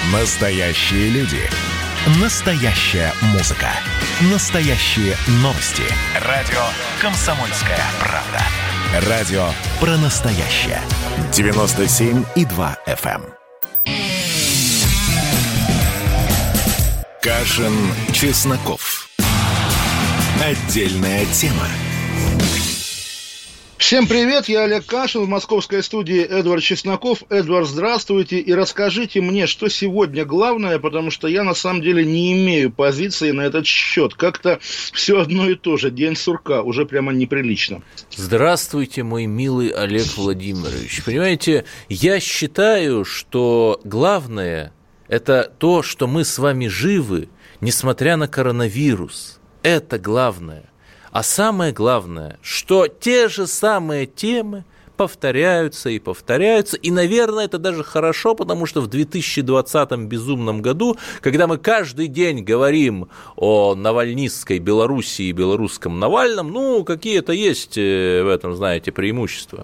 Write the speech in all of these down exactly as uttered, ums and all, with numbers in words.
Настоящие люди. Настоящая музыка. Настоящие новости. Радио «Комсомольская правда». Радио про настоящее. девяносто семь и два эф эм. Кашин, Чесноков. Отдельная тема. Всем привет, я Олег Кашин, в московской студии Эдвард Чесноков. Эдвард, здравствуйте, и расскажите мне, что сегодня главное, потому что я на самом деле не имею позиции на этот счет. Как-то все одно и то же, день сурка, уже прямо неприлично. Здравствуйте, мой милый Олег Владимирович. Понимаете, я считаю, что главное – это то, что мы с вами живы, несмотря на коронавирус. Это главное. А самое главное, что те же самые темы повторяются и повторяются, и, наверное, это даже хорошо, потому что в две тысячи двадцатом безумном году, когда мы каждый день говорим о навальнистской Белоруссии и белорусском Навальном, ну, какие-то есть в этом, знаете, преимущества.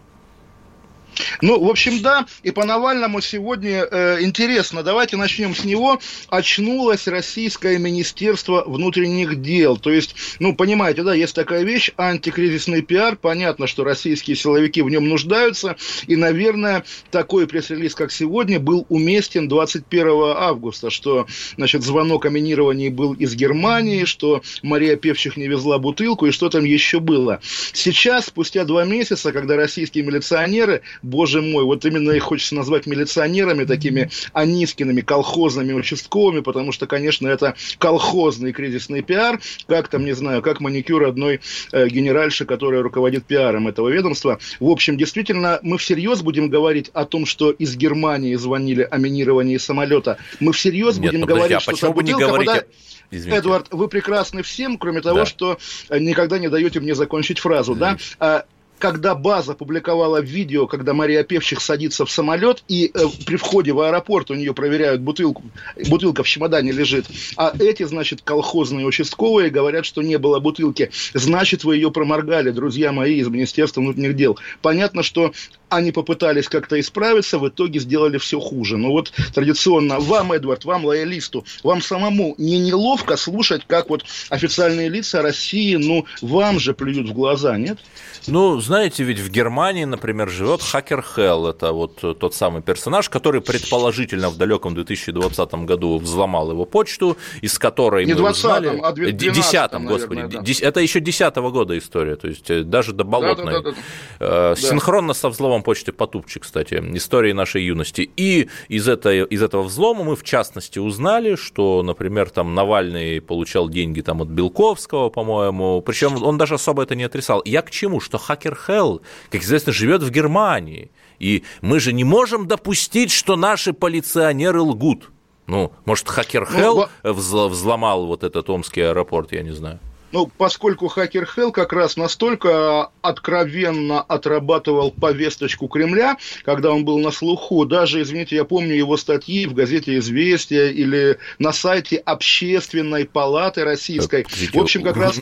Ну, в общем, да, и по Навальному сегодня э, интересно, давайте начнем с него. Очнулось российское Министерство внутренних дел. То есть, ну, понимаете, да, есть такая вещь, антикризисный пиар, понятно, что российские силовики в нем нуждаются, и, наверное, такой пресс-релиз, как сегодня, был уместен двадцать первого августа, что, значит, звонок о минировании был из Германии, что Мария Певчих не везла бутылку, и что там еще было. Сейчас, спустя два месяца, когда российские милиционеры, боже мой, вот именно их хочется назвать милиционерами, такими анискиными, колхозными, участковыми, потому что, конечно, это колхозный кризисный пиар, как там, не знаю, как маникюр одной э, генеральши, которая руководит пиаром этого ведомства. В общем, действительно, мы всерьез будем говорить о том, что из Германии звонили о минировании самолета. Мы всерьез Нет, будем ну, говорить, подожди, а что... почему вы не говорите... Извините. Эдвард, вы прекрасны всем, кроме того, да. что никогда не даете мне закончить фразу, да? да? Когда база публиковала видео, когда Мария Певчих садится в самолет, и э, при входе в аэропорт у нее проверяют бутылку, бутылка в чемодане лежит, а эти, значит, колхозные участковые говорят, что не было бутылки. Значит, вы ее проморгали, друзья мои из Министерства внутренних дел. Понятно, что они попытались как-то исправиться, в итоге сделали все хуже. Но вот традиционно вам, Эдвард, вам, лоялисту, вам самому не неловко слушать, как вот официальные лица России, ну, вам же плюют в глаза, нет? Ну, знаете, ведь в Германии, например, живет Хакер Хелл. Это вот тот самый персонаж, который предположительно в далеком две тысячи двадцатом году взломал его почту, из которой не мы двадцатом, узнали... а десятом, господи. Наверное, да. Это еще десятого года история, то есть даже до болотной. Да, да, да, да. Синхронно со взломом почты Потупчик, кстати, истории нашей юности. И из, этой, из этого взлома мы, в частности, узнали, что, например, там Навальный получал деньги там, от Белковского, по-моему, причем он даже особо это не отрицал. Я к чему? Что Хакер Хелл, как известно, живет в Германии. И мы же не можем допустить, что наши полиционеры лгут. Ну, может, Хакер Хелл ну, взломал вот этот омский аэропорт, я не знаю. Ну, поскольку Хакер Хелл как раз настолько откровенно отрабатывал повесточку Кремля, когда он был на слуху, даже, извините, я помню его статьи в газете «Известия» или на сайте Общественной палаты российской. В общем, как раз...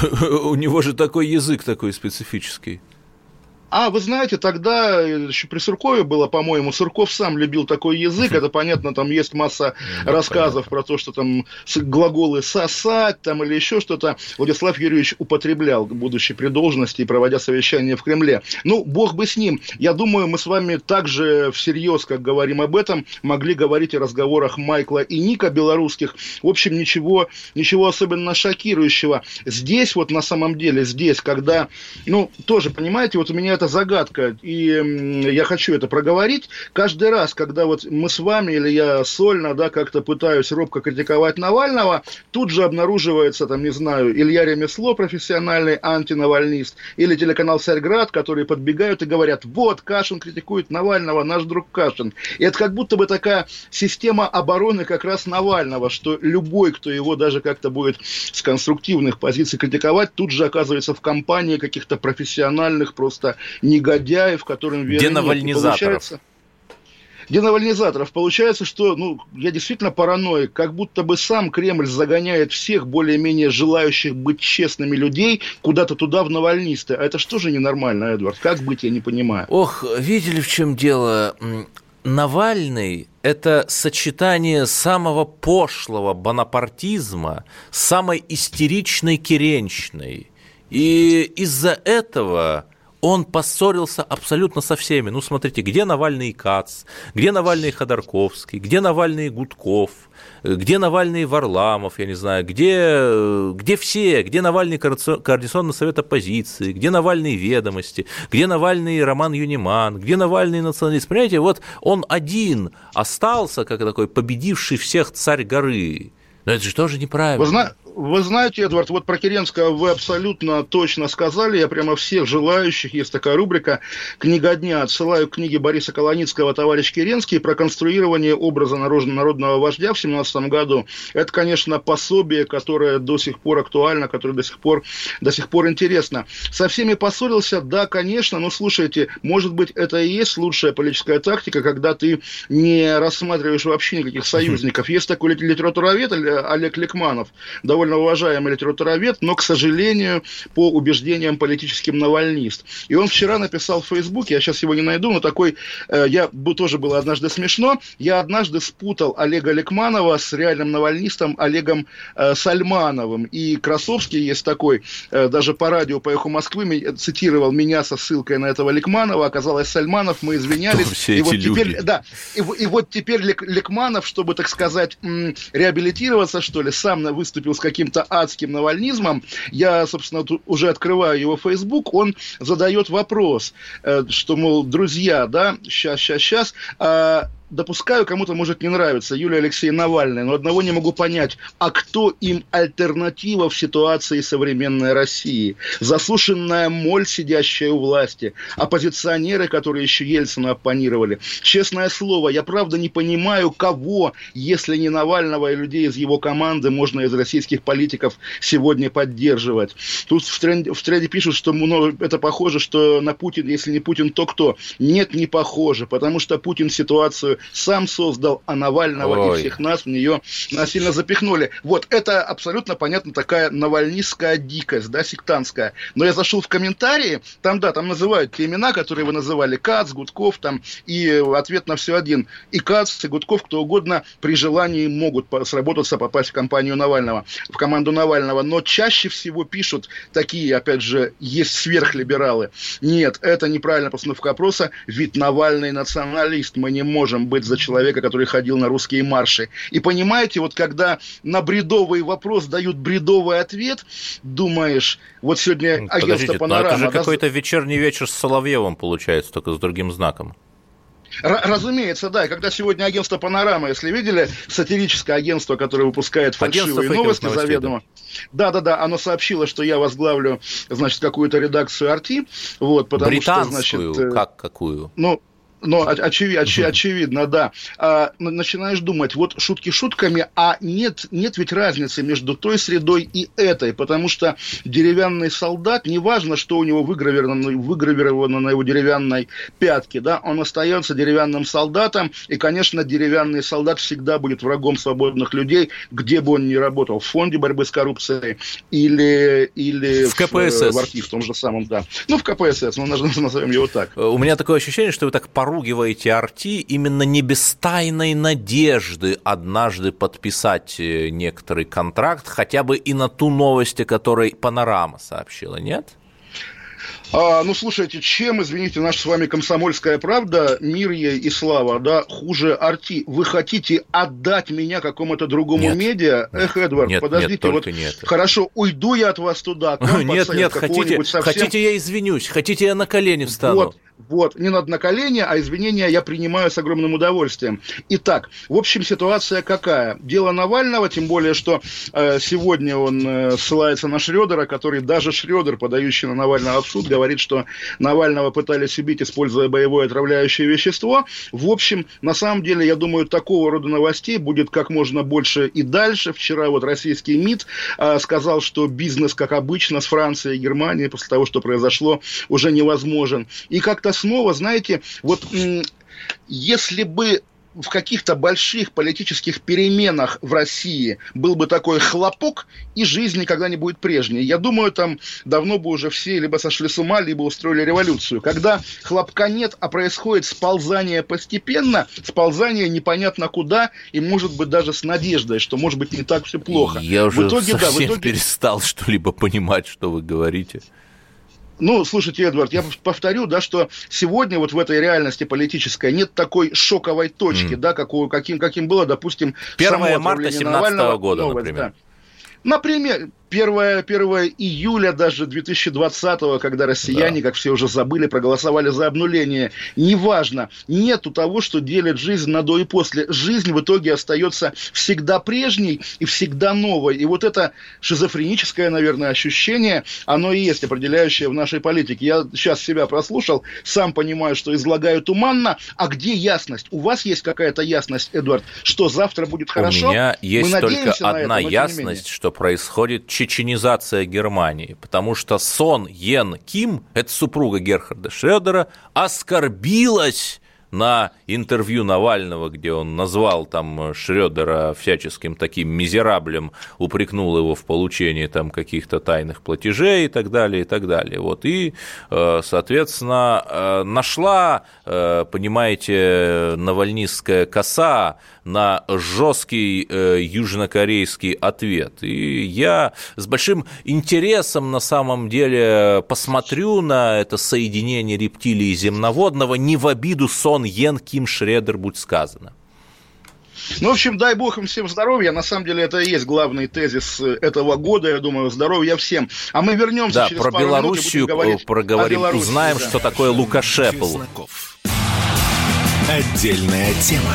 У него же такой язык такой специфический. А, вы знаете, тогда еще при Суркове было, по-моему, Сурков сам любил такой язык, это понятно, там есть масса ну, рассказов понятно. Про то, что там глаголы «сосать» там, или еще что-то Владислав Юрьевич употреблял, будучи при должности и проводя совещание в Кремле. Ну, бог бы с ним. Я думаю, мы с вами также всерьез, как говорим об этом, могли говорить о разговорах Майкла и Ника белорусских. В общем, ничего, ничего особенно шокирующего. Здесь вот на самом деле, здесь, когда, ну, тоже, понимаете, вот у меня это загадка, и я хочу это проговорить. Каждый раз, когда вот мы с вами, или я сольно, да, как-то пытаюсь робко критиковать Навального, тут же обнаруживается, там, не знаю, Илья Ремесло, профессиональный антинавальнист, или телеканал «Царьград», которые подбегают и говорят: вот, Кашин критикует Навального, наш друг Кашин. И это как будто бы такая система обороны как раз Навального, что любой, кто его даже как-то будет с конструктивных позиций критиковать, тут же оказывается в компании каких-то профессиональных просто негодяев, которым веры нет. Денавальнизаторов. Денавальнизаторов. Получается, что, ну, я действительно параноик, как будто бы сам Кремль загоняет всех более-менее желающих быть честными людей куда-то туда в навальнисты. А это что же ненормально, Эдвард? Как быть, я не понимаю. Ох, видели, в чем дело? Навальный – это сочетание самого пошлого бонапартизма с самой истеричной керенщиной. И из-за этого он поссорился абсолютно со всеми. Ну, смотрите, где Навальный и Кац, где Навальный и Ходорковский, где Навальный и Гудков, где Навальный и Варламов, я не знаю, где, где все, где Навальный Координационный совет оппозиции, где Навальный Ведомости, где Навальный Роман Юниман, где Навальный националист. Понимаете, вот он один остался, как такой победивший всех царь горы. Но это же тоже неправильно. Вы, зна... Вы знаете, Эдвард, вот про Керенского вы абсолютно точно сказали. Я прямо всех желающих, есть такая рубрика «Книга дня», отсылаю к книге Бориса Колоницкого «Товарищ Керенский» про конструирование образа народного вождя в семнадцатом году. Это, конечно, пособие, которое до сих пор актуально, которое до сих пор, до сих пор интересно. Со всеми поссорился? Да, конечно, но слушайте, может быть, это и есть лучшая политическая тактика, когда ты не рассматриваешь вообще никаких союзников. Есть такой литературовед Олег Ликманов, довольно уважаемый литературовед, но, к сожалению, по убеждениям политическим навальнист. И он вчера написал в Фейсбуке, я сейчас его не найду, но такой, э, я тоже было однажды смешно, я однажды спутал Олега Ликманова с реальным навальнистом Олегом э, Сальмановым. И Красовский есть такой, э, даже по радио, по «Эху Москвы» цитировал меня со ссылкой на этого Ликманова, оказалось Сальманов, мы извинялись. Все и, эти вот люди. теперь, да, и, и вот теперь Ликманов, чтобы, так сказать, м, реабилитироваться, что ли, сам выступил с каким-то адским навальнизмом. Я, собственно, уже открываю его Facebook, он задает вопрос, что, мол, друзья, да, сейчас, сейчас, сейчас, а допускаю, кому-то может не нравиться Юлия Алексеевна Навальная, но одного не могу понять, а кто им альтернатива в ситуации современной России? Засушенная моль, сидящая у власти, оппозиционеры, которые еще Ельцину оппонировали. Честное слово, я правда не понимаю, кого, если не Навального и людей из его команды, можно из российских политиков сегодня поддерживать. Тут в тренде, в тренде пишут, что ну, это похоже, что на Путина, если не Путин, то кто? Нет, не похоже, потому что Путин ситуацию сам создал, а Навального Ой. и всех нас в нее насильно запихнули. Вот, это абсолютно понятно такая навальнистская дикость, да, сектантская. Но я зашел в комментарии, там, да, там называют те имена, которые вы называли, Кац, Гудков, там, и ответ на все один. И Кац, и Гудков, кто угодно, при желании могут сработаться, попасть в компанию Навального, в команду Навального. Но чаще всего пишут такие, опять же, есть сверхлибералы. Нет, это неправильная постановка вопроса, ведь Навальный националист, мы не можем быть за человека, который ходил на русские марши. И понимаете, вот когда на бредовый вопрос дают бредовый ответ, думаешь, вот сегодня агентство Подождите, «Панорама». Это же да, какой-то вечерний вечер с Соловьевым получается, только с другим знаком. Разумеется, да. И когда сегодня агентство «Панорама», если видели, сатирическое агентство, которое выпускает фальшивые новости заведомо. Да-да-да, оно сообщило, что я возглавлю, значит, какую-то редакцию эр ти. Вот, потому британскую? Что, значит, как какую? Ну, Но очевидно, очевидно, да. А, начинаешь думать, вот шутки шутками, а нет, нет ведь разницы между той средой и этой, потому что деревянный солдат, неважно, что у него выгравировано, выгравировано на его деревянной пятке, да, он остается деревянным солдатом, и, конечно, деревянный солдат всегда будет врагом свободных людей, где бы он ни работал, в фонде борьбы с коррупцией или, или в КПСС. В, в архив, в том же самом, да. Ну, в КПСС, ну, назовем его так. У меня такое ощущение, что вы так поругиваете эр ти именно не без тайной надежды однажды подписать некоторый контракт, хотя бы и на ту новость, о которой «Панорама» сообщила, нет? А, ну, слушайте, чем, извините, наша с вами «Комсомольская правда», мир ей и слава, да, хуже эр ти? Вы хотите отдать меня какому-то другому нет, медиа? Нет, Эх, Эдвард, нет, подождите, нет, вот нет. Хорошо, уйду я от вас туда. Нет, нет, хотите, совсем... хотите я извинюсь, хотите я на колени встану. Вот. Вот, не надо на колени, а извинения я принимаю с огромным удовольствием. Итак, в общем, ситуация какая? Дело Навального, тем более, что э, сегодня он э, ссылается на Шрёдера, который даже Шрёдер, подающий на Навального в суд, говорит, что Навального пытались убить, используя боевое отравляющее вещество. В общем, на самом деле, я думаю, такого рода новостей будет как можно больше и дальше. Вчера вот российский МИД э, сказал, что бизнес, как обычно, с Францией и Германией после того, что произошло, уже невозможен. И как-то снова, знаете, вот м- если бы в каких-то больших политических переменах в России был бы такой хлопок, и жизнь никогда не будет прежней. Я думаю, там давно бы уже все либо сошли с ума, либо устроили революцию. Когда хлопка нет, а происходит сползание постепенно, сползание непонятно куда, и, может быть, даже с надеждой, что, может быть, не так все плохо. Я уже в итоге, совсем да, в итоге... перестал что-либо понимать, что вы говорите. Ну, слушайте, Эдвард, я повторю, да, что сегодня вот в этой реальности политической нет такой шоковой точки, mm. да, какую, каким, каким было, допустим, первое марта семнадцатого года, новость, например. Да. Например, первое июля даже две тысячи двадцатого, когда россияне, да. как все уже забыли, проголосовали за обнуление. Неважно, нету того, что делит жизнь на до и после. Жизнь в итоге остается всегда прежней и всегда новой. И вот это шизофреническое, наверное, ощущение, оно и есть определяющее в нашей политике. Я сейчас себя прослушал, сам понимаю, что излагаю туманно. А где ясность? У вас есть какая-то ясность, Эдвард, что завтра будет хорошо? У меня есть Мы только одна это, ясность, что происходит чеченизация Германии, потому что Сон Йен Ким, это супруга Герхарда Шредера, оскорбилась на интервью Навального, где он назвал там Шредера всяческим таким мизераблем, упрекнул его в получении там каких-то тайных платежей и так далее, и так далее. Вот. И, соответственно, нашла, понимаете, навальнистская коса на жесткий южнокорейский ответ. И я с большим интересом на самом деле посмотрю на это соединение рептилии и земноводного, не в обиду Сон Йен Ким Шредер, будь сказано. Ну, в общем, дай бог им всем здоровья. На самом деле, это и есть главный тезис этого года, я думаю, здоровья всем. А мы вернемся да, через про пару Белоруссию минут и проговорим, Белоруссии, узнаем, да. что такое Лукашепл. Чесноков. Отдельная тема.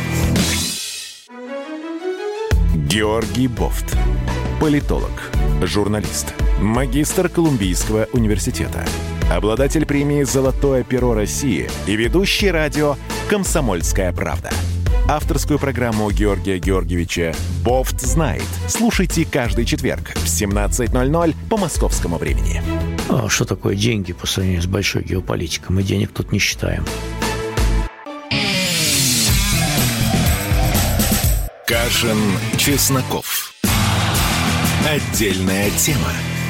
Георгий Бофт. Политолог, журналист, магистр Колумбийского университета, обладатель премии «Золотое перо России» и ведущий радио «Комсомольская правда». Авторскую программу Георгия Георгиевича «Бофт знает». Слушайте каждый четверг в семнадцать ноль ноль по московскому времени. А что такое деньги по сравнению с большой геополитикой? Мы денег тут не считаем. Кашин, Чесноков. Отдельная тема.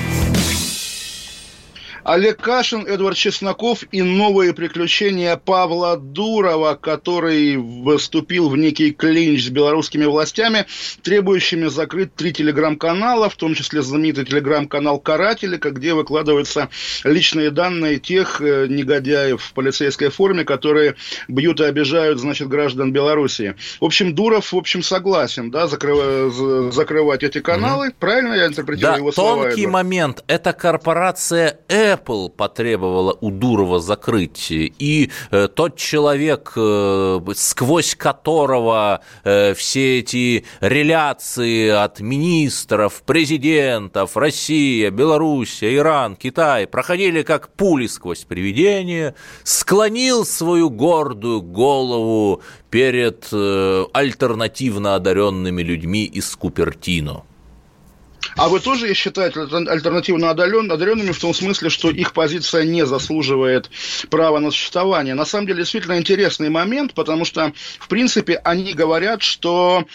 Олег Кашин, Эдвард Чесноков и новые приключения Павла Дурова, который вступил в некий клинч с белорусскими властями, требующими закрыть три телеграм-канала, в том числе знаменитый телеграм-канал «Каратели», где выкладываются личные данные тех негодяев в полицейской форме, которые бьют и обижают, значит, граждан Белоруссии. В общем, Дуров, в общем, согласен, да, закрыв... закрывать эти каналы. Mm-hmm. Правильно я интерпретирую да, его слова? Тонкий Эдвард? момент. Это корпорация Apple потребовала у Дурова закрыть, и э, тот человек, э, сквозь которого э, все эти реляции от министров, президентов, Россия, Белоруссия, Иран, Китай проходили как пули сквозь привидение, склонил свою гордую голову перед э, альтернативно одаренными людьми из Купертино. А вы тоже их считаете альтернативно одаренными в том смысле, что их позиция не заслуживает права на существование? На самом деле, действительно интересный момент, потому что, в принципе, они говорят, что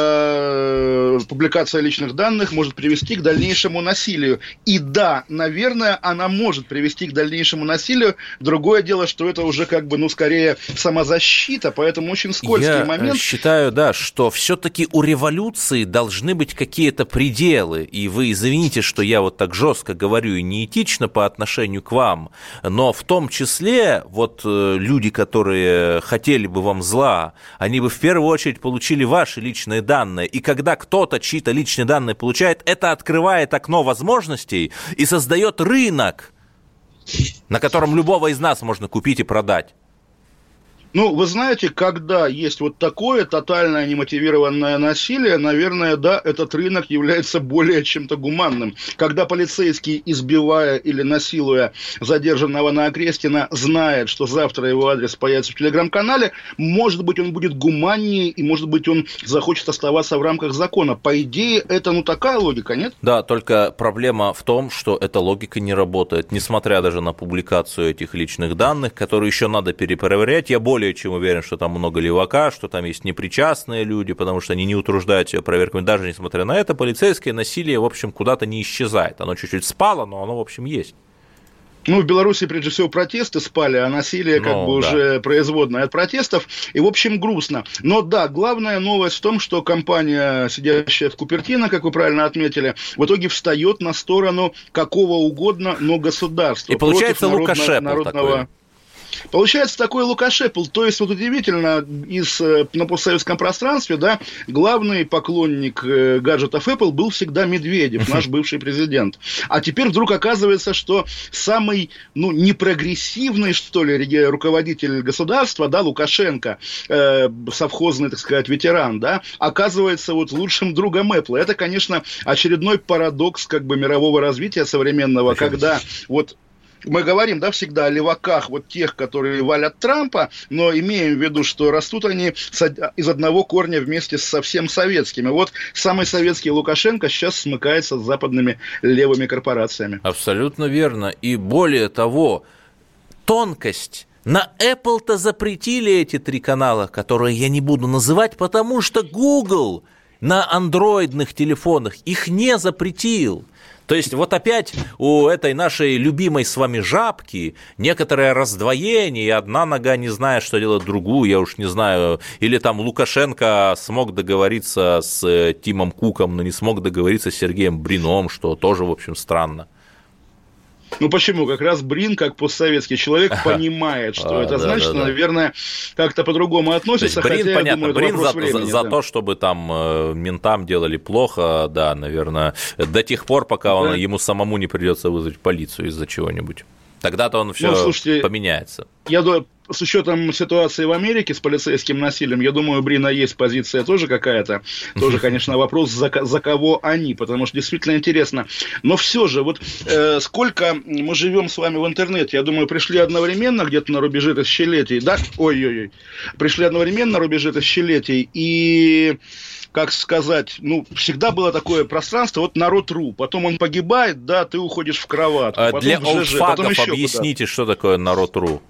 э, публикация личных данных может привести к дальнейшему насилию. И да, наверное, она может привести к дальнейшему насилию. Другое дело, что это уже как бы, ну, скорее самозащита, поэтому очень скользкий Я момент. Я считаю, да, что все-таки у революции должны быть какие-то пределы. И вы извините, что я вот так жестко говорю и неэтично по отношению к вам, но в том числе вот люди, которые хотели бы вам зла, они бы в первую очередь получили ваши личные данные. И когда кто-то чьи-то личные данные получает, это открывает окно возможностей и создает рынок, на котором любого из нас можно купить и продать. Ну, вы знаете, когда есть вот такое тотальное немотивированное насилие, наверное, да, этот рынок является более чем-то гуманным. Когда полицейский, избивая или насилуя задержанного на Окрестина, знает, что завтра его адрес появится в телеграм-канале, может быть, он будет гуманнее, и, может быть, он захочет оставаться в рамках закона. По идее, это, ну, такая логика, нет? Да, только проблема в том, что эта логика не работает, несмотря даже на публикацию этих личных данных, которые еще надо перепроверять. Я более более чем уверен, что там много левака, что там есть непричастные люди, потому что они не утруждают себя проверками. Даже несмотря на это, полицейское насилие, в общем, куда-то не исчезает. Оно чуть-чуть спало, но оно, в общем, есть. Ну, в Беларуси, прежде всего, протесты спали, а насилие как ну, бы да. уже производное от протестов. И, в общем, грустно. Но да, главная новость в том, что компания, сидящая в Купертино, как вы правильно отметили, в итоге встает на сторону какого угодно, но государства. И получается Лукашепл народного... такой. Получается такой Лукашепл, то есть вот удивительно, из, на постсоветском пространстве, да, главный поклонник э, гаджетов Apple был всегда Медведев, наш бывший президент. А теперь вдруг оказывается, что самый, ну, непрогрессивный, что ли, руководитель государства, да, Лукашенко, э, совхозный, так сказать, ветеран, да, оказывается вот лучшим другом Apple. Это, конечно, очередной парадокс как бы мирового развития современного, когда вот... Мы говорим, да, всегда о леваках, вот тех, которые валят Трампа, но имеем в виду, что растут они из одного корня вместе с совсем советскими. Вот самый советский Лукашенко сейчас смыкается с западными левыми корпорациями. Абсолютно верно. И более того, тонкость. На Apple-то запретили эти три канала, которые я не буду называть, потому что Google на андроидных телефонах их не запретил. То есть вот опять у этой нашей любимой с вами жабки некоторое раздвоение, и одна нога не знает, что делать другую, я уж не знаю, или там Лукашенко смог договориться с Тимом Куком, но не смог договориться с Сергеем Брином, что тоже, в общем, странно. Ну почему? Как раз Брин, как постсоветский человек, понимает, что а, это да, значит, да, да. наверное, как-то по-другому относится. Брин, хотя, понятно, я думаю, Брин за, времени, за, за да. то, чтобы там э, ментам делали плохо, да, наверное, до тех пор, пока он, да. ему самому не придется вызвать полицию из-за чего-нибудь. Тогда-то он все ну, слушайте, поменяется. Я думаю, с учетом ситуации в Америке с полицейским насилием, я думаю, у Брина есть позиция тоже какая-то. Тоже, конечно, вопрос, за, за кого они, потому что действительно интересно. Но все же, вот э, сколько мы живем с вами в интернете, я думаю, пришли одновременно где-то на рубеже тысячелетий, да? Ой-ой-ой. Пришли одновременно на рубеже тысячелетий, и... как сказать, ну, всегда было такое пространство, вот народ.ру, потом он погибает, да, ты уходишь в кроватку. А для олдфагов объясните, что такое народ.ру.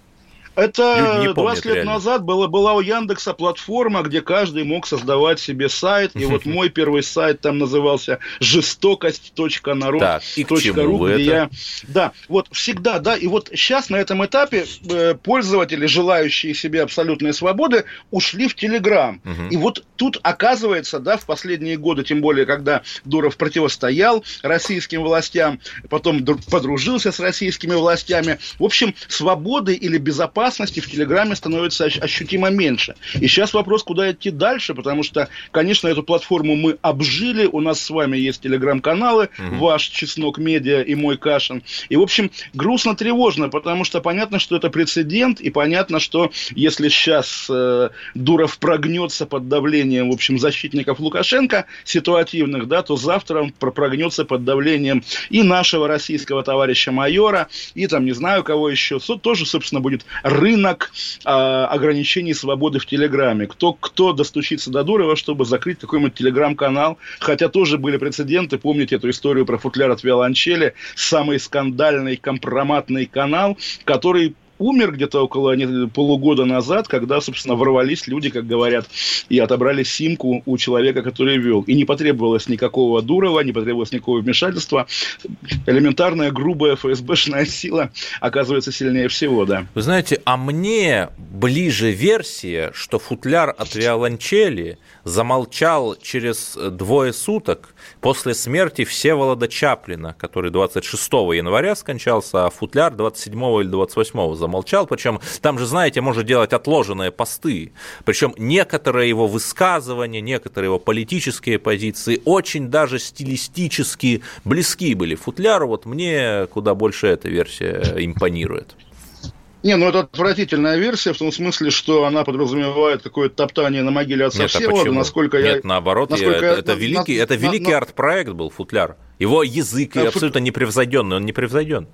Это двадцать лет реально. назад была, была у Яндекса платформа, где каждый мог создавать себе сайт, и вот мой первый сайт там назывался жестокость точка народ точка ру, где я... Да, вот всегда, да, и вот сейчас на этом этапе пользователи, желающие себе абсолютной свободы, ушли в Телеграм. Угу. И вот тут оказывается, да, в последние годы, тем более, когда Дуров противостоял российским властям, потом подружился с российскими властями, в общем, свободы или безопасности в Телеграме становится ощутимо меньше. И сейчас вопрос, куда идти дальше, потому что, конечно, эту платформу мы обжили, у нас с вами есть Телеграм-каналы, mm-hmm. ваш Чеснок Медиа и мой Кашин. И, в общем, грустно-тревожно, потому что понятно, что это прецедент, и понятно, что если сейчас э, Дуров прогнется под давлением, в общем, защитников Лукашенко, ситуативных, да, то завтра он прогнется под давлением и нашего российского товарища майора, и там, не знаю, кого еще, тоже, собственно, будет рынок а, ограничений свободы в Телеграме. Кто, кто достучится до Дурова, чтобы закрыть какой-нибудь Телеграм-канал. Хотя тоже были прецеденты. Помните эту историю про футляр от виолончели? Самый скандальный, компроматный канал, который умер где-то около полугода назад, когда, собственно, ворвались люди, как говорят, и отобрали симку у человека, который вел. И не потребовалось никакого Дурова, не потребовалось никакого вмешательства. Элементарная, грубая ФСБшная сила оказывается сильнее всего, да. Вы знаете, а мне ближе версия, что футляр от виолончели замолчал через двое суток после смерти Всеволода Чаплина, который двадцать шестого января скончался, а футляр двадцать седьмого или двадцать восьмого замолчал. Причем там же, знаете, можно делать отложенные посты. Причем некоторые его высказывания, некоторые его политические позиции очень даже стилистически близки были футляру. Вот мне куда больше эта версия импонирует. Не, ну это отвратительная версия, в том смысле, что она подразумевает какое-то топтание на могиле отца Нет, Всеволода, а насколько Нет, я... Нет, наоборот, насколько я, это, я, великий, на, это на, великий на... арт-проект был «Футляр». Его язык а, абсолютно фут... непревзойденный, он непревзойден.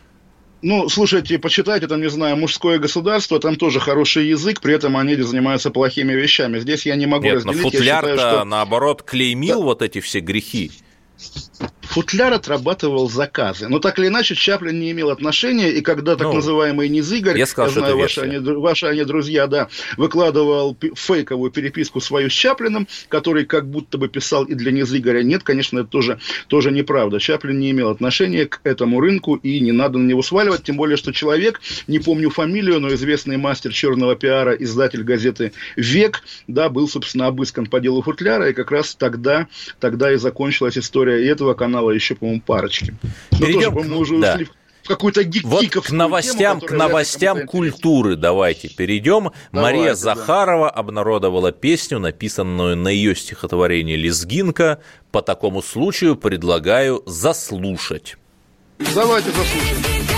Ну, слушайте, почитайте, там, не знаю, «Мужское государство», там тоже хороший язык, при этом они занимаются плохими вещами. Здесь я не могу Нет, разделить. Нет, но «Футляр»-то, считаю, что... наоборот, клеймил да. вот эти все грехи. футляр отрабатывал заказы. Но так или иначе, Чаплин не имел отношения, и когда так ну, называемый Низыгорь, я, сказал, я знаю, ваши они, ваши они друзья, да, выкладывал фейковую переписку свою с Чаплиным, который как будто бы писал и для Низыгоря. Нет, конечно, это тоже, тоже неправда. Чаплин не имел отношения к этому рынку, и не надо на него сваливать, тем более, что человек, не помню фамилию, но известный мастер черного пиара, издатель газеты «Век», да, был, собственно, обыскан по делу футляра, и как раз тогда, тогда и закончилась история и этого канала, еще, по-моему, парочки. Но Перейдем тоже, по-моему, уже да. ушли в какую-то гик- вот к новостям, тему, к новостям культуры давайте перейдем. Давайте, Мария Захарова да. обнародовала песню, написанную на ее стихотворение «Лезгинка». По такому случаю предлагаю заслушать. Давайте заслушаем.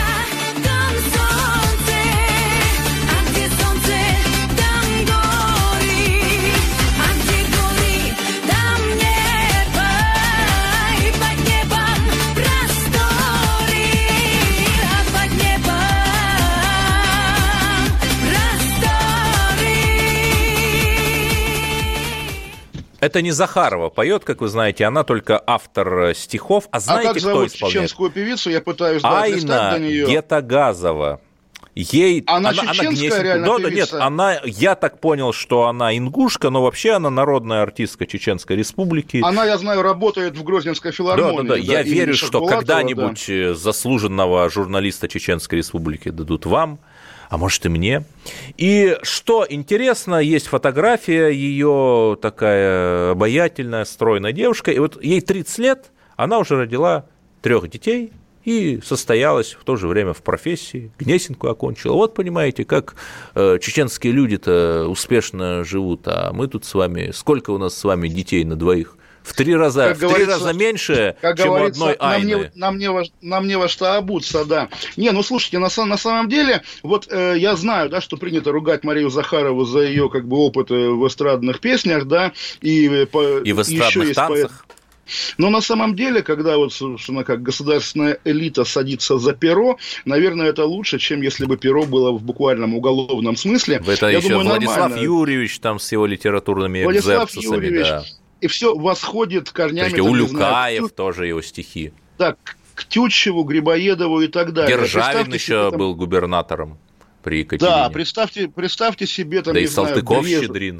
Это не Захарова поет, как вы знаете, она только автор стихов. А знаете, а как кто зовут исполняет? Чеченскую певицу? Я пытаюсь да, Айна до нее. Гетагазова. Ей... Она, она чеченская она реально да, певица? Нет, она, я так понял, что она ингушка, но вообще она народная артистка Чеченской Республики. Она, я знаю, работает в Грозненской филармонии. Да, да, да. да я верю, что Булатова, когда-нибудь да. заслуженного журналиста Чеченской Республики дадут вам. А может и мне. И что интересно, есть фотография ее такая обаятельная, стройная девушка. И вот ей тридцать лет, она уже родила трех детей и состоялась в то же время в профессии, Гнесинку окончила. Вот понимаете, как э, чеченские люди-то успешно живут, а мы тут с вами, сколько у нас с вами детей на двоих? В три раза, в три раза меньше, как чем у одной Айны. Нам не, нам не во что обуться, да. Не, ну слушайте, на, на самом деле, вот э, я знаю, да, что принято ругать Марию Захарову за ее как бы опыт в эстрадных песнях, да, и, по, и в эстрадных танцах. Поэт... Но на самом деле, когда вот, собственно, как государственная элита садится за перо, наверное, это лучше, чем если бы перо было в буквальном уголовном смысле. Это я еще думаю, Владислав нормально. Юрьевич там с его литературными экзерцисами, да. И все восходит корнями. Кстати, Улюкаев знаю, тоже его стихи. Да, к Тютчеву, Грибоедову и так далее. Державин еще там... был губернатором при Екатерине. Да, представьте, представьте себе там, да не и знаю, Салтыков, Бреж... Щедрин.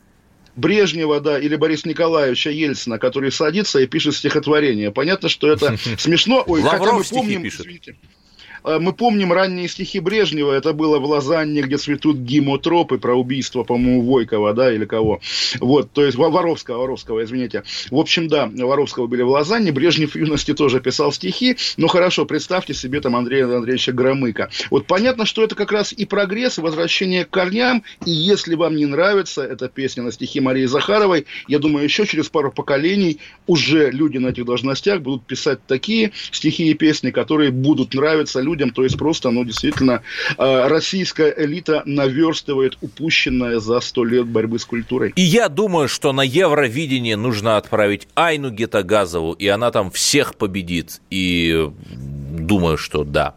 Брежнева, да, или Бориса Николаевича Ельцина, который садится и пишет стихотворение. Понятно, что это смешно. Ой, хотя мы помним, извините. Мы помним ранние стихи Брежнева, это было в Лозанне, где цветут гимотропы, про убийство, по-моему, Войкова, да, или кого. Вот, то есть Воровского, Воровского, извините. В общем, да, Воровского убили в Лозанне, Брежнев в юности тоже писал стихи, но хорошо, представьте себе там Андрея Андреевича Громыка. Вот понятно, что это как раз и прогресс, и возвращение к корням, и если вам не нравится эта песня на стихи Марии Захаровой, я думаю, еще через пару поколений уже люди на этих должностях будут писать такие стихи и песни, которые будут нравиться людям. Людям, то есть просто, ну, действительно, российская элита наверстывает упущенное за сто лет борьбы с культурой. И я думаю, что на Евровидение нужно отправить Айну Гетагазову, и она там всех победит. И думаю, что да.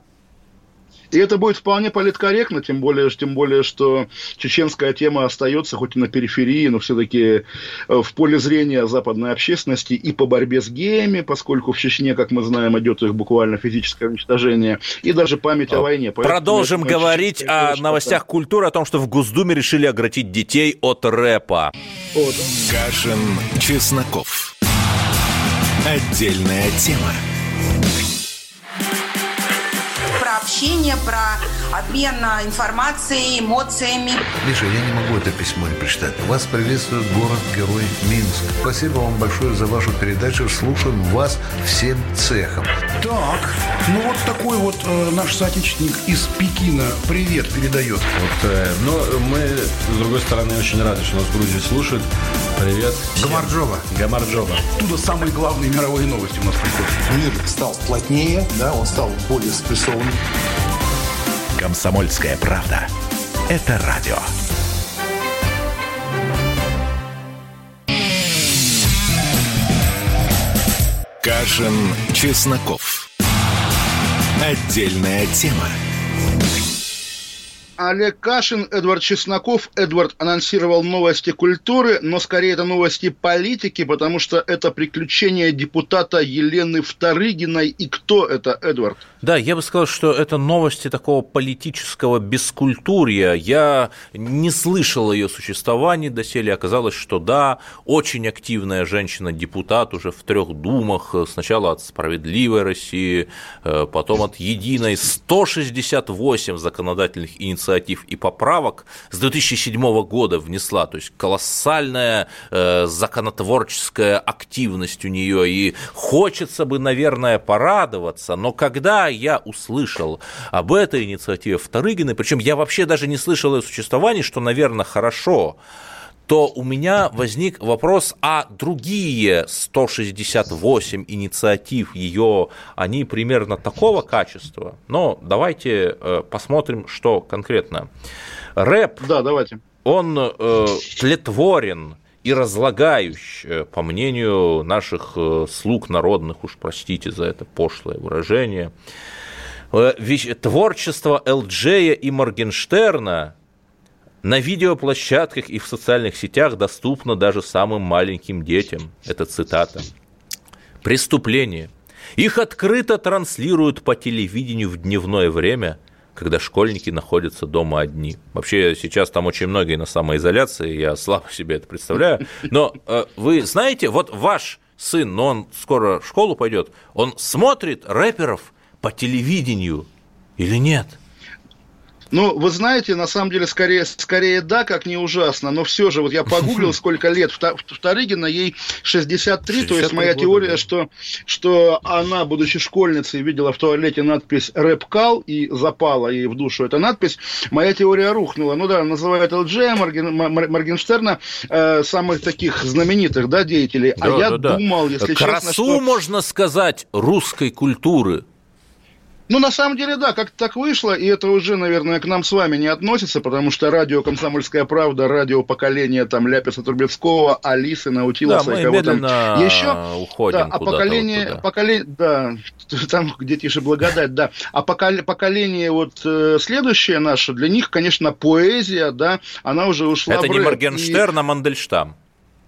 И это будет вполне политкорректно, тем более, тем более, что чеченская тема остается хоть и на периферии, но все-таки в поле зрения западной общественности и по борьбе с геями, поскольку в Чечне, как мы знаем, идет их буквально физическое уничтожение, и даже память о войне. Продолжим Поэтому, говорить о девушка, новостях да. культуры, о том, что в Госдуме решили оградить детей от рэпа. О, да. Кашин, Чесноков. Отдельная тема. Общение, про обмен информацией, эмоциями. Миша, я не могу это письмо не прочитать. Вас приветствует город-герой Минск. Спасибо вам большое за вашу передачу. Слушаем вас всем цехом. Так, ну вот такой вот э, наш соотечественник из Пекина привет передает. Вот, э, но мы, с другой стороны, очень рады, что нас в Грузии слушают. Привет. Гамарджоба. Гамарджоба. Оттуда самые главные мировые новости у нас приходят. Мир стал плотнее, да, он стал более спрессованным. Комсомольская правда. Это радио. Кашин, Чесноков. Отдельная тема. Олег Кашин, Эдвард Чесноков. Эдвард анонсировал новости культуры, но скорее это новости политики, потому что это приключения депутата Елены Вторыгиной. И кто это, Эдвард? Да, я бы сказал, что это новости такого политического бескультурья. Я не слышал о ее существовании доселе. Оказалось, что да, очень активная женщина-депутат уже в трех думах. Сначала от «Справедливой России», потом от «Единой». сто шестьдесят восемь законодательных инициатив и поправок с две тысячи седьмого года внесла, то есть колоссальная э, законотворческая активность у нее, и хочется бы, наверное, порадоваться, но когда я услышал об этой инициативе Вторыгиной, причем я вообще даже не слышал о ее существовании, что, наверное, хорошо, то у меня возник вопрос, а другие сто шестьдесят восемь инициатив ее, они примерно такого качества? Но давайте посмотрим, что конкретно. Рэп, да, давайте. Он э, тлетворен и разлагающий, по мнению наших слуг народных, уж простите за это пошлое выражение. Творчество Эл Джея и Моргенштерна на видеоплощадках и в социальных сетях доступно даже самым маленьким детям. Это цитата. Преступление. Их открыто транслируют по телевидению в дневное время, когда школьники находятся дома одни. Вообще сейчас там очень многие на самоизоляции, я слабо себе это представляю. Но э, вы знаете, вот ваш сын, но он скоро в школу пойдет, он смотрит рэперов по телевидению или нет? Ну, вы знаете, на самом деле, скорее, скорее да, как не ужасно, но все же, вот я погуглил, сколько лет Вторыгина, ей шестьдесят три, то есть моя теория, да. что, что она, будучи школьницей, видела в туалете надпись «Рэп-кал» и запала ей в душу эта надпись, моя теория рухнула. Ну да, называют Эл Джея, Морген, Моргенштерна, э, самых таких знаменитых, да, деятелей, да, а я да, думал, да. если Красу, честно, что... можно сказать, русской культуры. Ну, на самом деле, да, как-то так вышло, и это уже, наверное, к нам с вами не относится, потому что радио «Комсомольская правда», радио поколения там Ляписа Трубецкого, Алисы, Наутилуса да, и кого там еще. Уходим да, а поколение, вот поколение, да, там, где тише благодать, да. А поколение, поколение вот э, следующее наше, для них, конечно, поэзия, да, она уже ушла это в рэп. Это не Моргенштерн, и... а Мандельштам.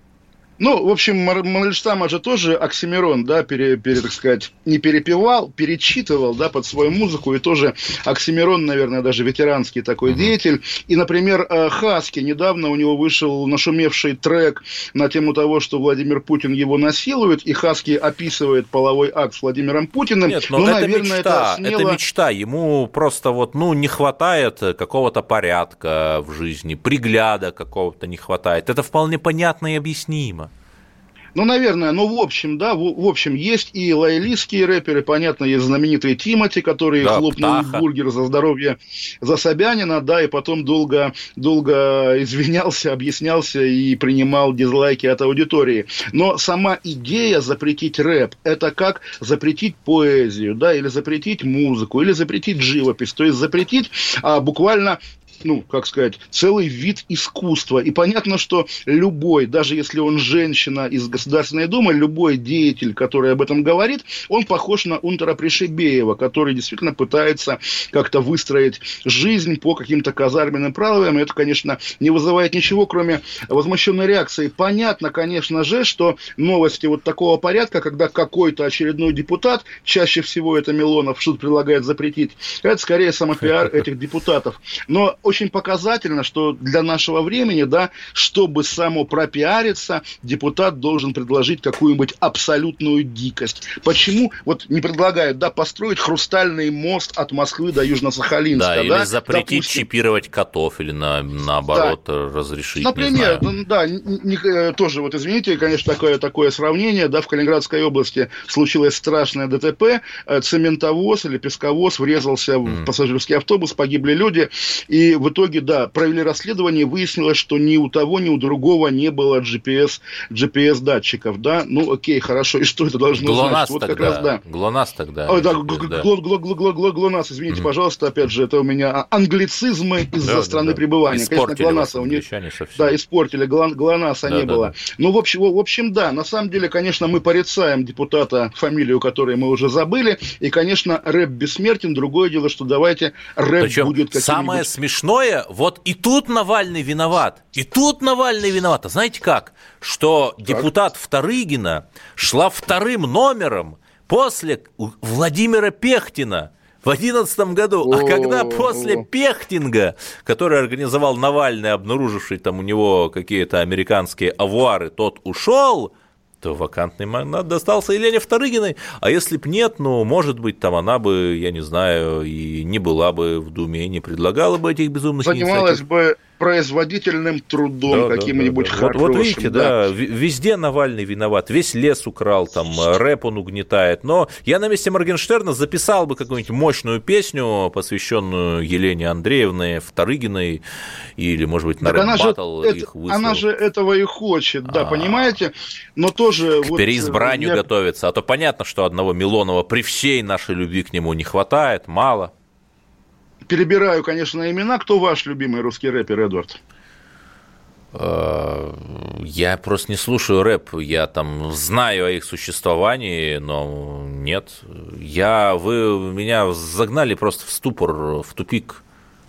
Ну, в общем, Мандельштама же тоже Оксимирон, да, пере, пере, так сказать, не перепевал, перечитывал, да, под свою музыку, и тоже Оксимирон, наверное, даже ветеранский такой uh-huh. деятель. И, например, Хаски, недавно у него вышел нашумевший трек на тему того, что Владимир Путин его насилует, и Хаски описывает половой акт с Владимиром Путиным. Нет, но ну, это наверное, мечта, это, смело... это мечта, ему просто вот, ну, не хватает какого-то порядка в жизни, пригляда какого-то не хватает, это вполне понятно и объяснимо. Ну, наверное, ну, в общем, да, в, в общем, есть и лоялистские рэперы, понятно, есть знаменитый Тимати, который да, хлопнул в бургер за здоровье за Собянина, да, и потом долго, долго извинялся, объяснялся и принимал дизлайки от аудитории. Но сама идея запретить рэп, это как запретить поэзию, да, или запретить музыку, или запретить живопись, то есть запретить а, буквально... ну, как сказать, целый вид искусства. И понятно, что любой, даже если он женщина из Государственной Думы, любой деятель, который об этом говорит, он похож на Унтера Пришибеева, который действительно пытается как-то выстроить жизнь по каким-то казарменным правилам. И это, конечно, не вызывает ничего, кроме возмущенной реакции. Понятно, конечно же, что новости вот такого порядка, когда какой-то очередной депутат, чаще всего это Милонов, что-то предлагает запретить, это скорее самопиар этих депутатов. Но очень показательно, что для нашего времени, да, чтобы самопропиариться, депутат должен предложить какую-нибудь абсолютную дикость. Почему? Вот не предлагают, да, построить хрустальный мост от Москвы до Южно-Сахалинска. Да, да, или запретить допустим. чипировать котов, или на, наоборот да. разрешить, например, не знаю. Да, не, тоже, вот извините, конечно, такое, такое сравнение, да, в Калининградской области случилось страшное ДТП, цементовоз или песковоз врезался mm. в пассажирский автобус, погибли люди, и в итоге, да, провели расследование, выяснилось, что ни у того, ни у другого не было джи пи эс, джи пи эс-датчиков, да, ну, окей, хорошо, и что это должно ГЛОНАСС значить? Вот тогда, как раз, да. ГЛОНАСС тогда. Ой, да, ГЛОНАСС, извините, пожалуйста, опять же, это у меня англицизмы из-за страны пребывания. Конечно, ГЛОНАССа у них, да, испортили, ГЛОНАССа не было. Ну, в общем, в общем, да, на самом деле, конечно, мы порицаем депутата, фамилию которой мы уже забыли, и, конечно, рэп бессмертен, другое дело, что давайте рэп будет каким-нибудь... Самое смешное смешное, вот и тут Навальный виноват, и тут Навальный виноват. А знаете как? Что как? Депутат Вторыгина шла вторым номером после Владимира Пехтина в одиннадцатом году. А когда после Пехтинга, который организовал Навальный, обнаруживший там у него какие-то американские авуары, тот ушел, то вакантный мандат достался Елене Вторыгиной. А если б нет, ну, может быть, там она бы, я не знаю, и не была бы в Думе, и не предлагала бы этих безумных инициатив. Занималась бы производительным трудом, да, каким-нибудь да, да, да. хорошим. Вот, вот видите, да. да, везде Навальный виноват, весь лес украл, там, рэп он угнетает. Но я на месте Моргенштерна записал бы какую-нибудь мощную песню, посвященную Елене Андреевне Вторыгиной, или, может быть, на рэп-баттл их выслал. Она же этого и хочет, да, А-а-а. понимаете? Но тоже... К вот, переизбранию я... готовится. А то понятно, что одного Милонова при всей нашей любви к нему не хватает, мало. Перебираю, конечно, имена. Кто ваш любимый русский рэпер, Эдвард? Я просто не слушаю рэп. Я там знаю о их существовании, но нет. Я, вы меня загнали просто в ступор, в тупик.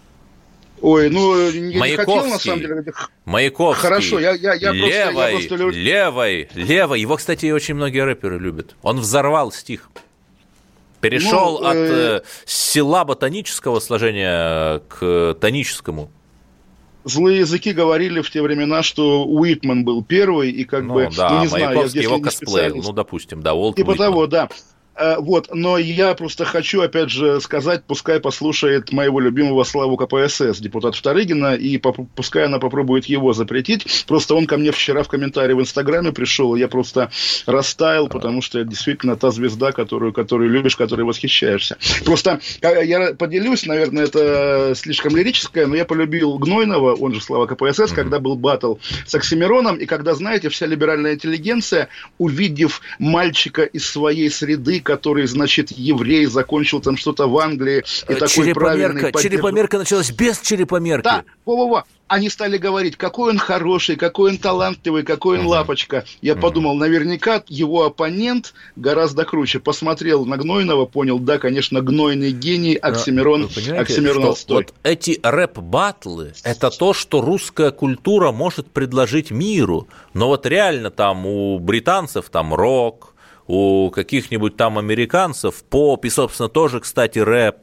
Ой, ну, я не хотел, на самом деле. Маяковский. Хорошо, я, я, я левой, просто... Я просто люблю... левой, левой. Его, кстати, очень многие рэперы любят. Он взорвал стих. Перешел ну, от э... села ботанического сложения к тоническому. Злые языки говорили в те времена, что Уитман был первый, и как ну, бы... Да, ну, не Маяковский знаю, его косплеил, ну, допустим, да, Уолт Типа Уитман. того, да. Вот, но я просто хочу, опять же, сказать, пускай послушает моего любимого Славу КПСС, депутата Вторыгина, и пускай она попробует его запретить. Просто он ко мне вчера в комментарии в Инстаграме пришел, и я просто растаял, потому что это действительно та звезда, которую, которую любишь, которой восхищаешься. Просто я поделюсь, наверное, это слишком лирическое, но я полюбил Гнойного, он же Слава КПСС, mm-hmm. когда был баттл с Оксимироном, и когда, знаете, вся либеральная интеллигенция, увидев мальчика из своей среды, который, значит, еврей, закончил там что-то в Англии, и такой правильный... Черепомерка началась без черепомерки. Да, во-во-во. Они стали говорить, какой он хороший, какой он талантливый, какой он uh-huh. лапочка. Я uh-huh. подумал, наверняка его оппонент гораздо круче. Посмотрел на Гнойного, понял, да, конечно, гнойный гений, Оксимирон, Оксимирон отстой. Вот эти рэп-баттлы – это то, что русская культура может предложить миру. Но вот реально там у британцев там рок, у каких-нибудь там американцев поп, и, собственно, тоже, кстати, рэп.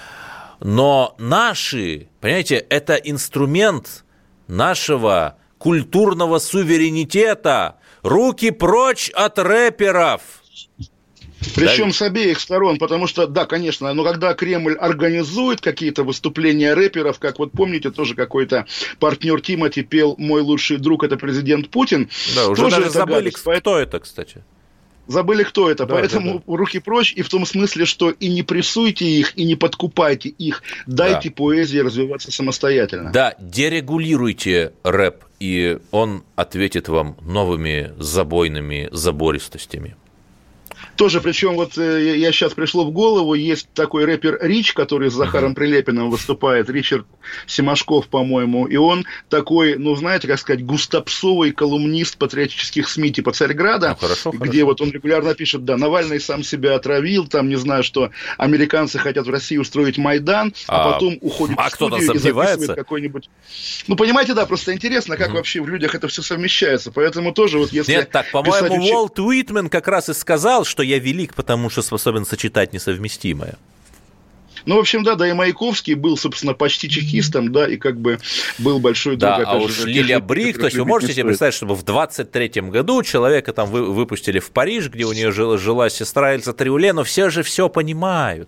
Но наши, понимаете, это инструмент нашего культурного суверенитета. Руки прочь от рэперов. Причем да. с обеих сторон, потому что, да, конечно, но когда Кремль организует какие-то выступления рэперов, как вот помните, тоже какой-то партнер Тимати пел «Мой лучший друг – это президент Путин». Да, уже даже это забыли, гадость. Кто это, кстати. Забыли, кто это, да, поэтому да, да. руки прочь, и в том смысле, что и не прессуйте их, и не подкупайте их, дайте да. поэзии развиваться самостоятельно. Да, дерегулируйте рэп, и он ответит вам новыми забойными забористостями. Тоже, причем вот э, я сейчас пришло в голову, есть такой рэпер Рич, который с Захаром uh-huh. Прилепиным выступает, Ричард Семашков, по-моему, и он такой, ну, знаете, как сказать, густопсовый колумнист патриотических СМИ типа Царьграда, ну, хорошо, где хорошо. Вот он регулярно пишет, да, Навальный сам себя отравил, там, не знаю, что американцы хотят в России устроить Майдан, а, а потом уходит а в студию и записывает какой-нибудь... Ну, понимаете, да, просто интересно, как uh-huh. вообще в людях это все совмещается, поэтому тоже вот если... Нет, так, по-моему, Уолт Уитмен как раз и сказал, что я велик, потому что способен сочетать несовместимое. Ну, в общем, да, да, и Маяковский был, собственно, почти чекистом, да, и как бы был большой друг. Да, а уж Лилия Брик, то есть вы можете себе представить, чтобы в двадцать третьем году человека там вы, выпустили в Париж, где у нее жила, жила сестра Эльза Триуле, но все же все понимают.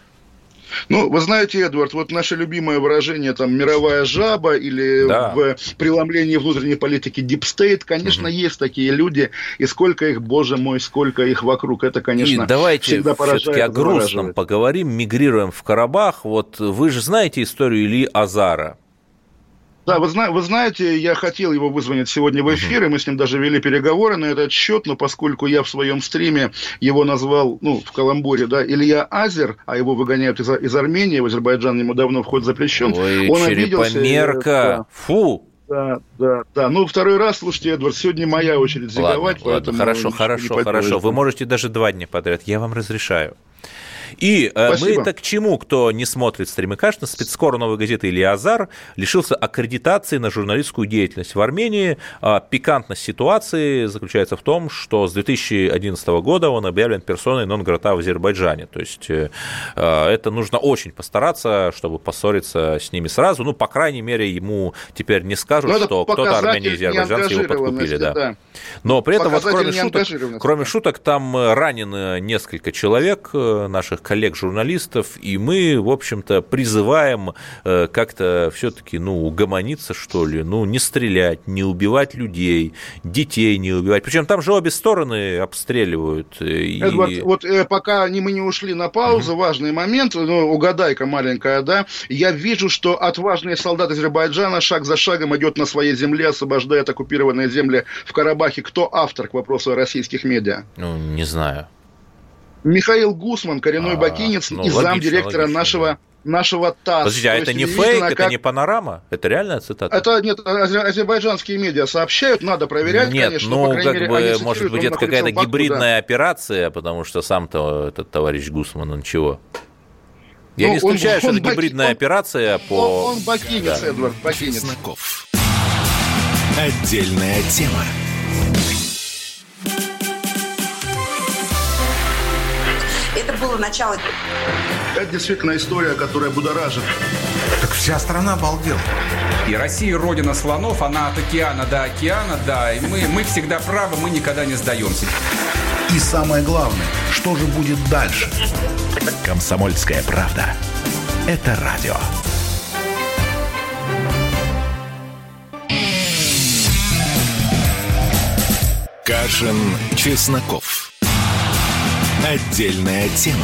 Ну, вы знаете, Эдвард, вот наше любимое выражение, там, мировая жаба или да. в преломлении внутренней политики Deep State, конечно, угу. есть такие люди, и сколько их, боже мой, сколько их вокруг, это, конечно, и давайте всегда поражает. Все-таки о грустном поговорим, мигрируем в Карабах, вот вы же знаете историю Ильи Азара? Да, вы, зна- вы знаете, я хотел его вызвонить сегодня в эфир, uh-huh. и мы с ним даже вели переговоры на этот счет, но поскольку я в своем стриме его назвал, ну, в каламбуре, да, Илья Азер, а его выгоняют из, из Армении, в Азербайджан ему давно вход запрещен. Ой, он черепомерка, да. фу! Да, да, да. Ну, второй раз, слушайте, Эдвард, сегодня моя очередь зиговать. Ладно, ладно, хорошо, хорошо, хорошо. Вы можете даже два дня подряд, я вам разрешаю. И Спасибо. мы-то к чему, кто не смотрит стримы Кашина, спецкор «Новой газеты» Илья Азар лишился аккредитации на журналистскую деятельность в Армении. Пикантность ситуации заключается в том, что с две тысячи одиннадцатого года он объявлен персоной нон-грата в Азербайджане. То есть это нужно очень постараться, чтобы поссориться с ними сразу. Ну, по крайней мере, ему теперь не скажут, Но что кто-то армяне и азербайджанцы его подкупили. Да. Да. Но при этом, вот, кроме, шуток, кроме шуток, там ранено несколько человек, наших коллег-журналистов, и мы, в общем-то, призываем как-то все-таки, ну, угомониться, что ли, ну, не стрелять, не убивать людей, детей не убивать. Причем там же обе стороны обстреливают. И... Эдвард, вот э, пока не, мы не ушли на паузу, mm-hmm. важный момент, ну, угадайка маленькая, да, я вижу, что отважный солдат Азербайджана шаг за шагом идет на своей земле, освобождает оккупированные земли в Карабахе. Кто автор, к вопросу о российских медиа? Ну, не знаю. Михаил Гусман, коренной а, бакинец ну, и логично, замдиректора логично, нашего... Да. нашего ТАСС. Подождите, а это не фейк, как... это не панорама? Это реальная цитата? Это, нет, азербайджанские медиа сообщают, надо проверять, нет, конечно. ну, по крайней как мере, бы, может быть, это какая-то Баку, гибридная да. операция, потому что сам-то этот товарищ Гусман, он чего? Я ну, не исключаю, он, что он, это гибридная он, операция он, по... Он, он бакинец, да. Эдвард, бакинец. Чесноков. Отдельная тема. Это было начало. Это действительно история, которая будоражит. Так вся страна обалдела. И Россия родина слонов, она от океана до океана, да. И мы, мы всегда правы, мы никогда не сдаемся. И самое главное, что же будет дальше? Комсомольская правда. Это радио. Кашин, Чесноков. Отдельная тема.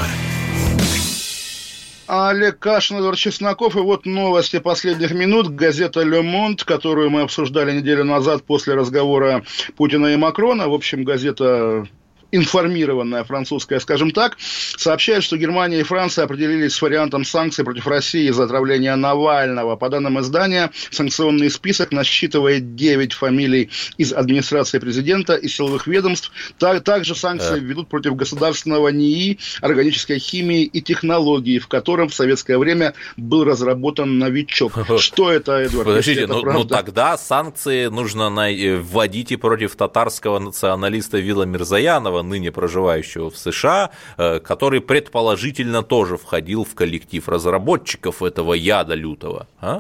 Олег Кашин, Эдвард Чесноков. И вот новости последних минут. Газета «Ле Монт», которую мы обсуждали неделю назад после разговора Путина и Макрона. В общем, газета... информированная французская, скажем так, сообщает, что Германия и Франция определились с вариантом санкций против России за отравление Навального. По данным издания, санкционный список насчитывает девять фамилий из администрации президента и силовых ведомств. Также санкции введут против государственного НИИ, органической химии и технологий, в котором в советское время был разработан новичок. Что это, Эдвард? Подождите, это ну, ну тогда санкции нужно вводить и против татарского националиста Вила Мирзаянова, ныне проживающего в США, который предположительно тоже входил в коллектив разработчиков этого яда лютого. А?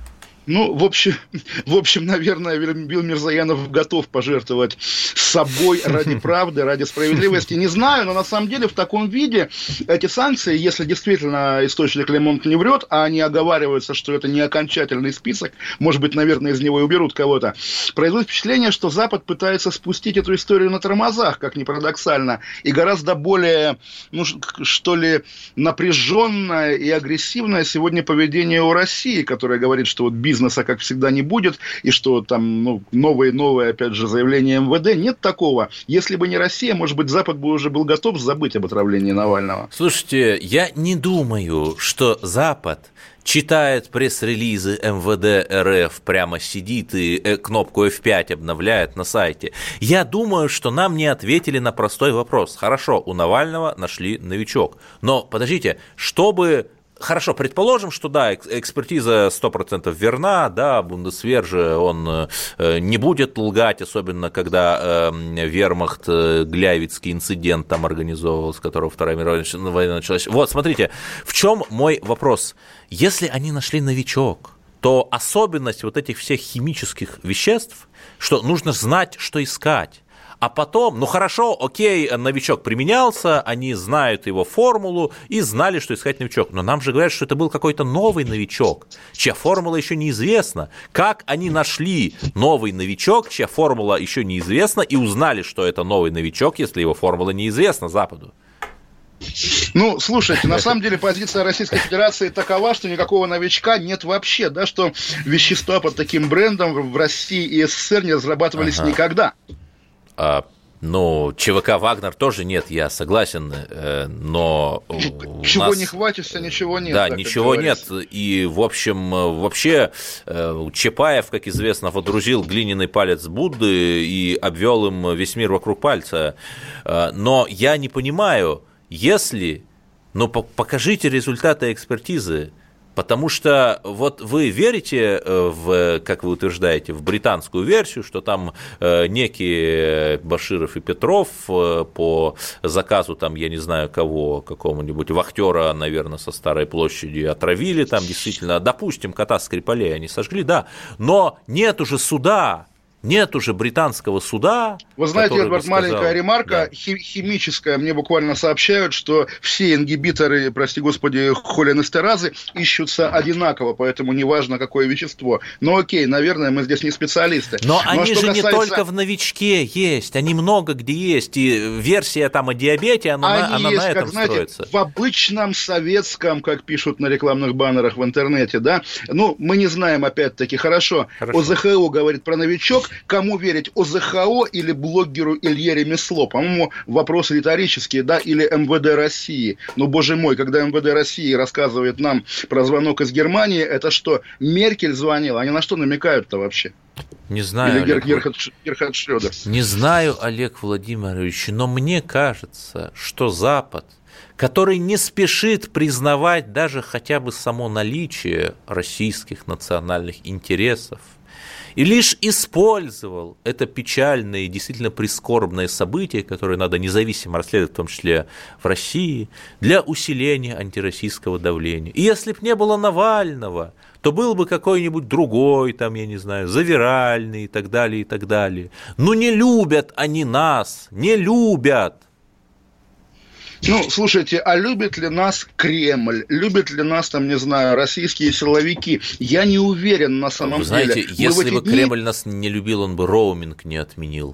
Ну, в общем, в общем, наверное, Вил Мирзаянов готов пожертвовать собой ради правды, ради справедливости. Не знаю, но на самом деле в таком виде эти санкции, если действительно источник Ле Монт не врет, а они оговариваются, что это не окончательный список, может быть, наверное, из него и уберут кого-то, производит впечатление, что Запад пытается спустить эту историю на тормозах, как ни парадоксально, и гораздо более, ну, что ли, напряженное и агрессивное сегодня поведение у России, которое говорит, что вот бизнес бизнеса, как всегда, не будет, и что там ну, новые-новые, опять же, заявления эм вэ дэ. Нет такого. Если бы не Россия, может быть, Запад бы уже был готов забыть об отравлении Навального. Слушайте, я не думаю, что Запад читает пресс-релизы эм вэ дэ эр эф, прямо сидит и кнопку эф пять обновляет на сайте. Я думаю, что нам не ответили на простой вопрос. Хорошо, у Навального нашли новичок. Но, подождите, чтобы... Хорошо, предположим, что да, экспертиза сто процентов верна, да, Бундесвер же он не будет лгать, особенно когда э, вермахт, Гляйвицкий инцидент там организовывал, с которого Вторая мировая война началась. Вот, смотрите, в чем мой вопрос? Если они нашли новичок, то особенность вот этих всех химических веществ, что нужно знать, что искать. А потом, ну хорошо, окей, новичок применялся, они знают его формулу и знали, что искать новичок. Но нам же говорят, что это был какой-то новый новичок, чья формула еще неизвестна. Как они нашли новый новичок, чья формула еще неизвестна, и узнали, что это новый новичок, если его формула неизвестна Западу? Ну, слушайте, на самом деле позиция Российской Федерации такова, что никакого новичка нет вообще, да, что вещества под таким брендом в России и эс эс эс эр не разрабатывались ага. никогда. А, ну, ЧВК «Вагнер» тоже нет, я согласен, но... Чего нас... не хватишься, ничего нет. Да, ничего нет, и, в общем, вообще Чапаев, как известно, водрузил глиняный палец Будды и обвел им весь мир вокруг пальца. Но я не понимаю, если но покажите результаты экспертизы. Потому что вот вы верите в, как вы утверждаете, в британскую версию, что там некие Баширов и Петров по заказу, там, я не знаю кого, какому-нибудь вахтера, наверное, со Старой площади отравили, там действительно, допустим, кота Скрипалей они сожгли, да, но нет уже суда. Нет уже британского суда. Вы знаете, Эдвард, сказал, маленькая ремарка, да. химическая. Мне буквально сообщают, что все ингибиторы, прости господи, холинестеразы ищутся одинаково, поэтому неважно, какое вещество. Но окей, наверное, мы здесь не специалисты. Но, Но они же касается... не только в новичке есть, они много где есть. И версия там о диабете, она, они она есть, на этом как, знаете, строится. В обычном советском, как пишут на рекламных баннерах в интернете, да, ну, мы не знаем, опять-таки, хорошо, хорошо. ОЗХО говорит про новичок. Кому верить, ОЗХО или блогеру Илье Ремесло? По-моему, вопрос риторический, да, или эм вэ дэ России. Ну, боже мой, когда эм вэ дэ России рассказывает нам про звонок из Германии, это что, Меркель звонила? Они на что намекают-то вообще? Не знаю, или Олег... Герхард, Герхард Шрёдер? Не знаю, Олег Владимирович, но мне кажется, что Запад, который не спешит признавать даже хотя бы само наличие российских национальных интересов, и лишь использовал это печальное и действительно прискорбное событие, которое надо независимо расследовать, в том числе в России, для усиления антироссийского давления. И если бы не было Навального, то был бы какой-нибудь другой, там, я не знаю, завиральный и так далее, и так далее. Но не любят они нас, не любят. Ну, слушайте, а любит ли нас Кремль? Любят ли нас, там, не знаю, российские силовики? Я не уверен на самом Вы знаете, деле. Знаете, если бы дни... Кремль нас не любил, он бы роуминг не отменил.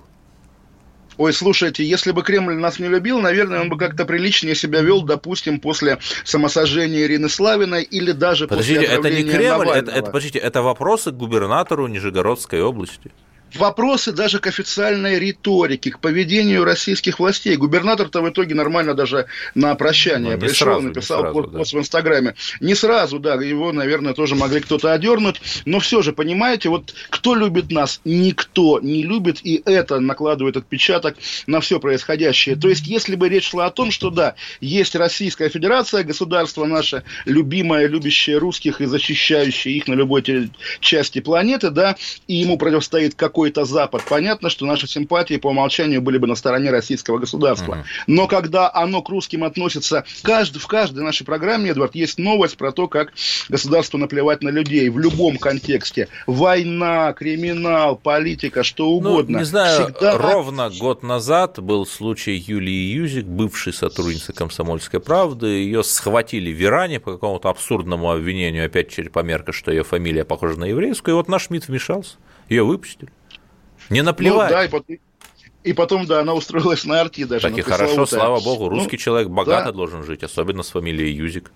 Ой, слушайте, если бы Кремль нас не любил, наверное, он бы как-то приличнее себя вел, допустим, после самосожжения Ирины Славиной или даже подождите, после отравления это не Кремль, Навального. это, это, подождите, это вопросы к губернатору Нижегородской области. Вопросы даже к официальной риторике, к поведению российских властей. Губернатор-то в итоге нормально даже на прощание ну, пришел, сразу, написал сразу, пост да. в Инстаграме. Не сразу, да, его, наверное, тоже могли кто-то одернуть, но все же, понимаете, вот кто любит нас? Никто не любит, и это накладывает отпечаток на все происходящее. То есть, если бы речь шла о том, что да, есть Российская Федерация, государство наше, любимое, любящее русских и защищающее их на любой части планеты, да, и ему противостоит как какой-то Запад, понятно, что наши симпатии по умолчанию были бы на стороне российского государства. Uh-huh. Но когда оно к русским относится, каждый, в каждой нашей программе, Эдвард, есть новость про то, как государству наплевать на людей в любом контексте. Война, криминал, политика, что угодно. Ну, не знаю, всегда... ровно год назад был случай Юлии Юзик, бывшей сотрудницы «Комсомольской правды». Ее схватили в Иране по какому-то абсурдному обвинению, опять черепомерка, что ее фамилия похожа на еврейскую. И вот наш МИД вмешался, ее выпустили. Не наплевать. Ну, да, и, потом, и потом, да, она устроилась на арти даже. Так и хорошо, слава богу, русский ну, человек богато да. должен жить, особенно с фамилией Юзик.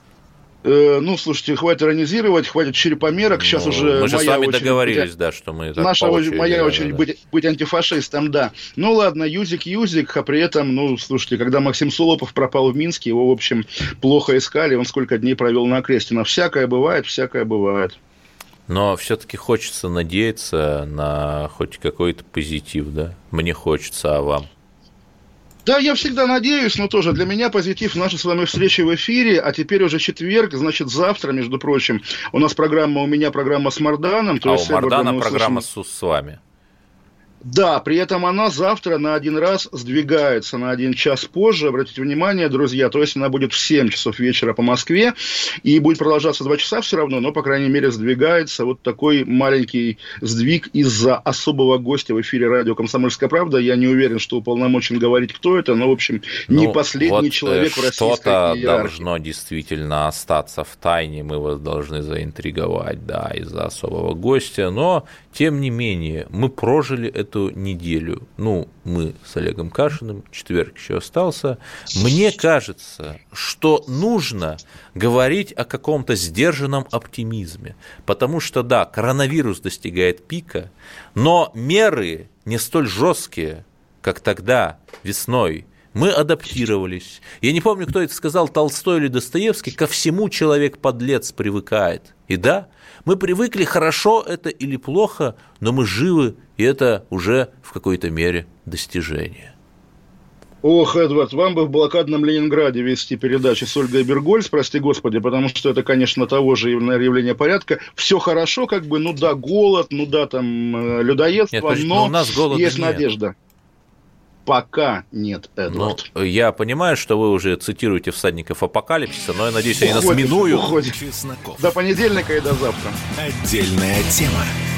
Э, ну, слушайте, хватит иронизировать, хватит черепомерок, сейчас ну, уже мы же моя с вами очередь, договорились, быть, да, что мы так наша очереди, моя да, очередь да. Быть, быть антифашистом, да. Ну, ладно, Юзик, Юзик, а при этом, ну, слушайте, когда Максим Солопов пропал в Минске, его, в общем, плохо искали, он сколько дней провел на Крестина. Всякое бывает, всякое бывает. Но все-таки хочется надеяться на хоть какой-то позитив, да? Мне хочется, а вам? Да, я всегда надеюсь, но тоже для меня позитив нашей с вами встречи в эфире, а теперь уже четверг, значит, завтра, между прочим, у нас программа, у меня программа с Марданом. То а есть у Мардана программа услышим... с, с вами. Да, при этом она завтра на один раз сдвигается на один час позже. Обратите внимание, друзья, то есть она будет в семь часов вечера по Москве и будет продолжаться два часа все равно, но, по крайней мере, сдвигается. Вот такой маленький сдвиг из-за особого гостя в эфире радио «Комсомольская правда». Я не уверен, что уполномочен говорить, кто это, но, в общем, не ну, последний вот человек в российской что-то иерархии. должно действительно остаться в тайне, мы вас должны заинтриговать, да, из-за особого гостя, но, тем не менее, мы прожили это эту неделю, ну, мы с Олегом Кашиным, четверг еще остался, мне кажется, что нужно говорить о каком-то сдержанном оптимизме, потому что, да, коронавирус достигает пика, но меры не столь жесткие, как тогда, весной. Мы адаптировались. Я не помню, кто это сказал, Толстой или Достоевский, ко всему человек-подлец привыкает. И да, мы привыкли, хорошо это или плохо, но мы живы, и это уже в какой-то мере достижение. Ох, Эдвард, вам бы в блокадном Ленинграде вести передачи с Ольгой Бергольц, прости господи, потому что это, конечно, того же явления порядка. Все хорошо, как бы, ну да, голод, ну да, там, людоедство, нет, но, но у нас есть нет. надежда. Пока нет, Эдвард. Ну, я понимаю, что вы уже цитируете всадников апокалипсиса, но я надеюсь, они уходит, нас минуют. Уходит. До понедельника и до завтра. Отдельная тема.